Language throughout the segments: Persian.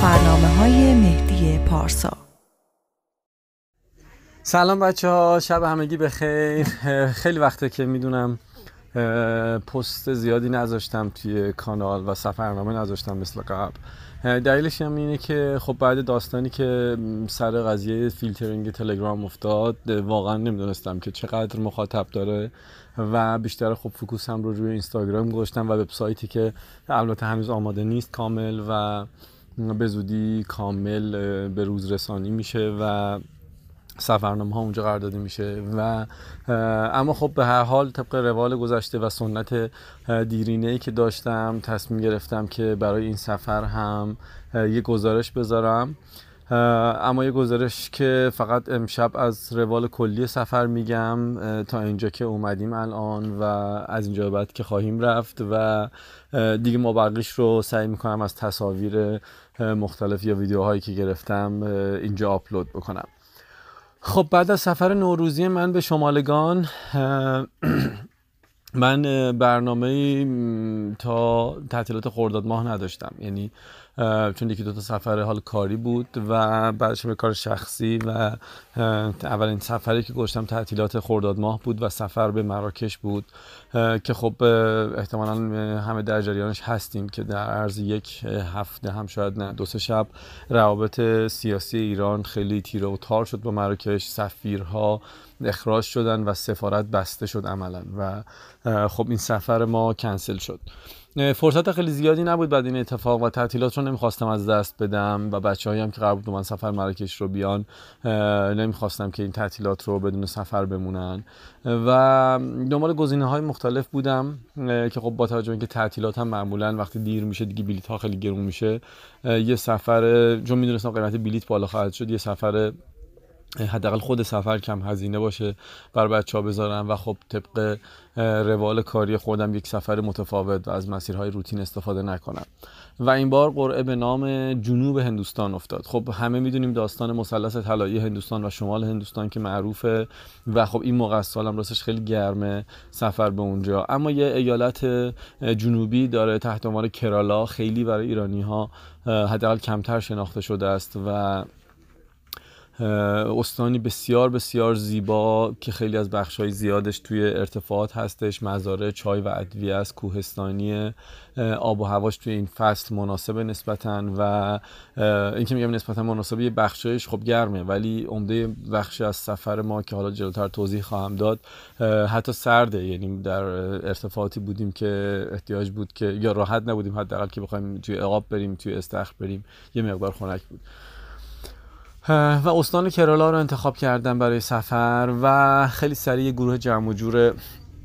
سفرنامه‌های مهدی پارسا. سلام بچه ها، شب همگی بخیر. خیلی وقته که میدونم پست زیادی نذاشتم توی کانال و سفرنامه نذاشتم مثل قبل. دلیلش هم اینه که خب بعد داستانی که سر قضیه فیلترینگ تلگرام افتاد واقعا نمیدونستم که چقدر مخاطب داره و بیشتر خب فوکوسم رو روی اینستاگرام گذاشتم و وبسایتی که البته هنوز آماده نیست کامل و به زودی کامل به روز رسانی میشه و سفرنامه ها اونجا قرار داده میشه و اما خب به هر حال طبق روال گذشته و سنت دیرینه‌ای که داشتم تصمیم گرفتم که برای این سفر هم یه گزارش بذارم، اما یه گزارش که فقط امشب از روال کلی سفر میگم تا اینجا که اومدیم الان و از اینجا بعد که خواهیم رفت و دیگه ما بقیش رو سعی میکنم از تصاویر مختلف یا ویدیوهایی که گرفتم اینجا آپلود بکنم. خب بعد از سفر نوروزی من به شمالگان من برنامه تا تعطیلات خرداد ماه نداشتم، یعنی چون یکی دو تا سفر حال کاری بود و بعدش به کار شخصی و اولین سفری که گذاشتم تعطیلات خرداد ماه بود و سفر به مراکش بود که خب احتمالاً همه در جریانش هستیم که در عرض یک هفته هم شاید نه 2-3 شب روابط سیاسی ایران خیلی تیره و تار شد با مراکش، سفیرها اخراج شدن و سفارت بسته شد عملاً و خب این سفر ما کنسل شد. فرصت خیلی زیادی نبود بعد این اتفاق و تعطیلات رو نمیخواستم از دست بدم و بچه‌هایی هم که قرار بود من سفر مراکش رو بیان نمیخواستم که این تعطیلات رو بدون سفر بمونن و دنبال گزینه‌های مختلف بودم که خب با توجه به اینکه تعطیلات هم معمولاً وقتی دیر میشه دیگه بلیط‌ها خیلی گرون میشه، یه سفر چون میدونستم قیمت بلیط بالا خواهد شد، یه سفر حداقل خود سفر کم هزینه باشه بر بچه‌ها بذارم و خب طبق روال کاری خودم یک سفر متفاوت و از مسیرهای روتین استفاده نکنم و این بار قرعه به نام جنوب هندوستان افتاد. خب همه میدونیم داستان مثلث طلایی هندوستان و شمال هندوستان که معروفه و خب این موقع از سالم راستش خیلی گرمه سفر به اونجا، اما یه ایالت جنوبی داره تحت عنوان کرالا، خیلی برای ایرانی‌ها حداقل کمتر شناخته شده است و استانی بسیار بسیار زیبا که خیلی از بخش‌های زیادش توی ارتفاعات هستش، مزارع چای و ادویه است، کوهستانی، آب و هواش توی این فصل مناسبه نسبتاً و این که میگم نسبتاً مناسبه، یه بخشش خب گرمه ولی عمده بخش از سفر ما که حالا جلوتر توضیح خواهم داد حتی سرده، یعنی در ارتفاعاتی بودیم که احتیاج بود که یا راحت نبودیم حداقل که بخوایم توی عقاب بریم توی استخر بریم، یه مقدار خنک بود و استان کرالا رو انتخاب کردم برای سفر و خیلی سریع گروه جمع و جور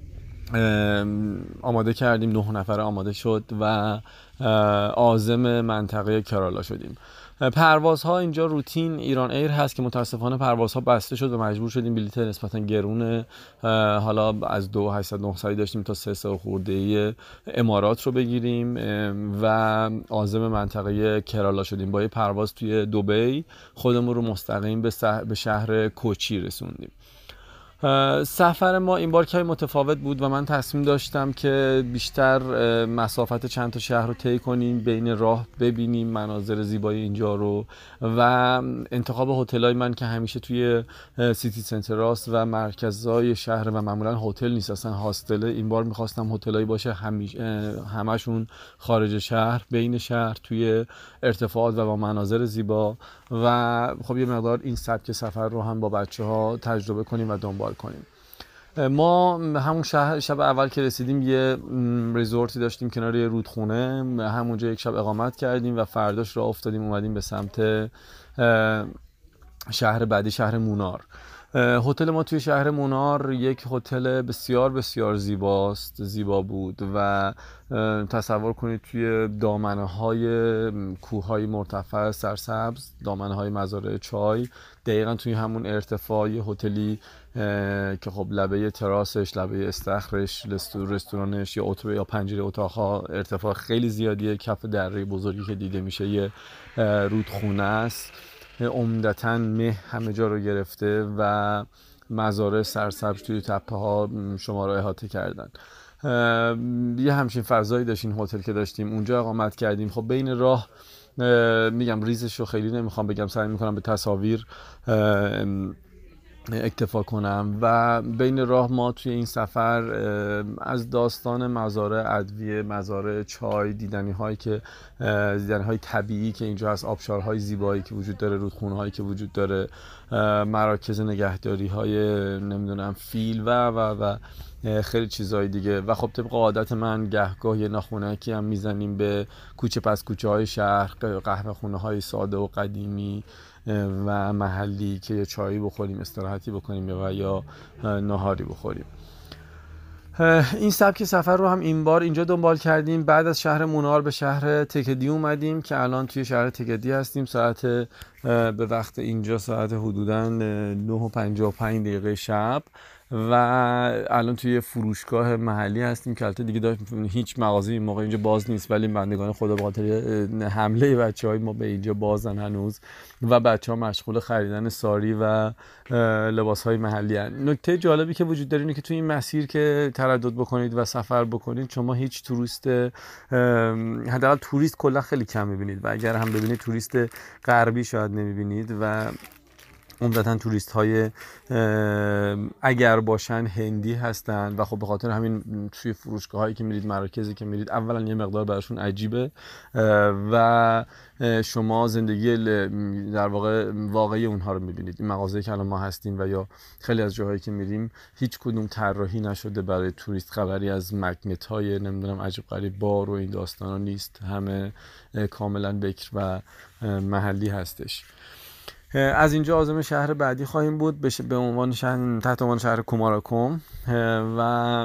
آماده کردیم، 9 نفر آماده شد و عازم منطقه کرالا شدیم. پروازها اینجا روتین ایران ایر هست که متاسفانه پروازها بسته شد و مجبور شدیم بلیط نسبتا گرونه، حالا از 2800-900 داشتیم تا 3 خورده‌ای امارات رو بگیریم و عازم منطقه کرالا شدیم. با یه پرواز توی دبی خودمون رو مستقیم به شهر کوچی رسوندیم. سفر ما این بار کمی متفاوت بود و من تصمیم داشتم که بیشتر مسافت چند تا شهر رو طی کنیم، بین راه ببینیم مناظر زیبای اینجا رو و انتخاب هتل‌های من که همیشه توی سیتی سنتراست و مرکزهای شهر و معمولا هتل نیست، اصلا هاستله. این بار می‌خواستم هتلایی باشه همشون خارج شهر، بین شهر، توی ارتفاعات و با مناظر زیبا و خب یه مقدار این سبک سفر رو هم با بچه‌ها تجربه کنیم و دنبال کنیم. ما همون شب اول که رسیدیم یه ریزورتی داشتیم کنار یه رودخونه، همونجا یک شب اقامت کردیم و فرداش راه افتادیم اومدیم به سمت شهر بعدی، شهر مونار. هتل ما توی شهر مونار یک هتل بسیار بسیار زیبا بود و تصور کنید توی دامنه‌های کوه‌های مرتفع سرسبز، دامنه‌های مزارع چای، دقیقاً توی همون ارتفاع هتلی که خب لبه تراسش، لبه استخرش، رستورانش یا پنجره اتاق‌ها ارتفاع خیلی زیادیه، کف دره بزرگی که دیده میشه یه رودخونه است، عمدتاً مه همه جا رو گرفته و مزارع سرسبز توی تپه ها شما رو احاطه کردن. یه همچین فضایی داشت این هتل که داشتیم، اونجا اقامت کردیم. خب بین راه میگم ریزش رو خیلی نمیخوام بگم، سعی میکنم به تصاویر اکتفا کنم. و بین راه ما توی این سفر از داستان مزارع ادویه، مزارع چای، دیدنی های طبیعی که اینجا هست، آبشارهای زیبایی که وجود داره، رودخونه هایی که وجود داره، مراکز نگهداری های نمیدونم فیل و خیلی چیزهای دیگه. و خب طبق عادت من گهگاه یه ناخونکی هم میزنیم به کوچه پس کوچه های شهر، قهوه خونه های ساده و قدیمی و محلی که یه چایی بخوریم، استراحتی بکنیم و یا ناهاری بخوریم. این سبک سفر رو هم این بار اینجا دنبال کردیم. بعد از شهر مونار به شهر تکدی اومدیم که الان توی شهر تکدی هستیم. ساعت به وقت اینجا ساعت حدوداً 9:55 شب و الان توی فروشگاه محلی هستیم که البته دیگه هیچ مغازه‌ای این موقع اینجا باز نیست، ولی بندگان خدا به خاطر حمله بچه‌های ما به اینجا بازن هنوز و بچه‌ها مشغول خریدن ساری و لباس‌های محلی هستند. نکته جالبی که وجود داره اینه که توی این مسیر که تردد بکنید و سفر بکنید شما هیچ توریست، حداقل توریست کلا خیلی کم می‌بینید و اگر هم ببینید توریست غربی شاید نمی‌بینید و عمدتاً توریست های اگر باشن هندی هستن و خب به خاطر همین توی فروشگاه هایی که میرید، مراکزی که میرید، اولا یه مقدار براشون عجیبه و شما زندگی در واقع واقعی اونها رو میبینید. این مغازه‌ای که الان ما هستیم و یا خیلی از جاهایی که میریم هیچ کدوم طراحی نشده برای توریست، خبری از مگنت های نمیدونم عجیب غریب بار و این داستانا نیست، همه کاملا بکر و محلی هستش. از اینجا عازم شهر بعدی خواهیم بود به عنوان تحت عنوان شهر کوماراکوم و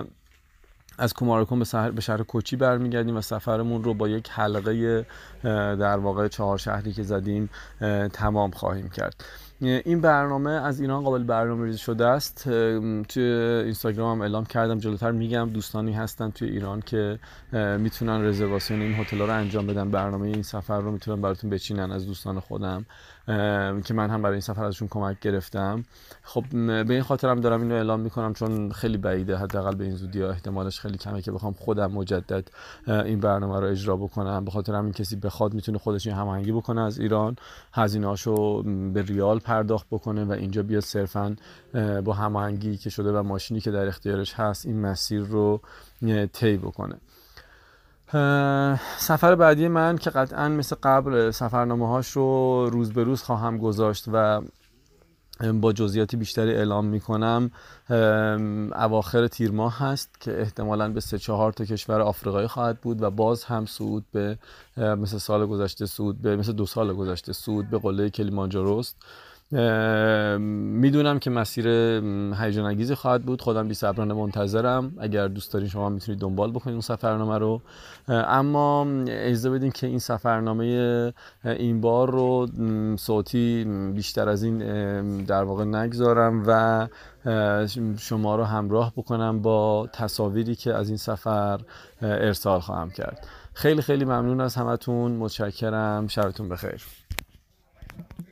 از کوماراکوم به شهر کوچی برمیگردیم و سفرمون رو با یک حلقه در واقع 4 شهری که زدیم تمام خواهیم کرد. این برنامه از ایران قابل برنامه‌ریزی شده است. توی اینستاگرام هم اعلام کردم، جلوتر میگم. دوستانی هستن توی ایران که میتونن رزرواسیون این هتل‌ها رو انجام بدن، برنامه این سفر رو میتونن براتون بچینن از دوستان خودم که من هم برای این سفر ازشون کمک گرفتم. خب به این خاطر هم دارم اینو اعلام میکنم چون خیلی بعیده، حداقل به این زودی احتمالش خیلی کمه که بخوام خودم مجدد این برنامه رو اجرا بکنم. به خاطر همین کسی بخواد میتونه خودش هماهنگی بکنه از ایران، هزینه‌اشو به ریال پرداخت بکنه و اینجا بیاد صرفاً با هماهنگی که شده و ماشینی که در اختیارش هست این مسیر رو طی بکنه. سفر بعدی من که قطعاً مثل قبل سفرنامه‌هاش رو روز به روز خواهم گذاشت و با جزئیات بیشتری اعلام میکنم، اواخر تیر ماه هست که احتمالاً به 3-4 تا کشور آفریقایی خواهد بود و باز هم صعود به مثل سال گذشته مثل 2 سال گذشته صعود به قله کلیمانجاروست. میدونم که مسیر هیجان انگیزی خواهد بود، خودم بی صبرانه منتظرم. اگر دوست دارین شما میتونید دنبال بکنید اون سفرنامه رو، اما اجازه بدین که این سفرنامه این بار رو صوتی بیشتر از این در واقع نگذارم و شما رو همراه بکنم با تصاویری که از این سفر ارسال خواهم کرد. خیلی خیلی ممنون از همتون، متشکرم، شبتون بخیر.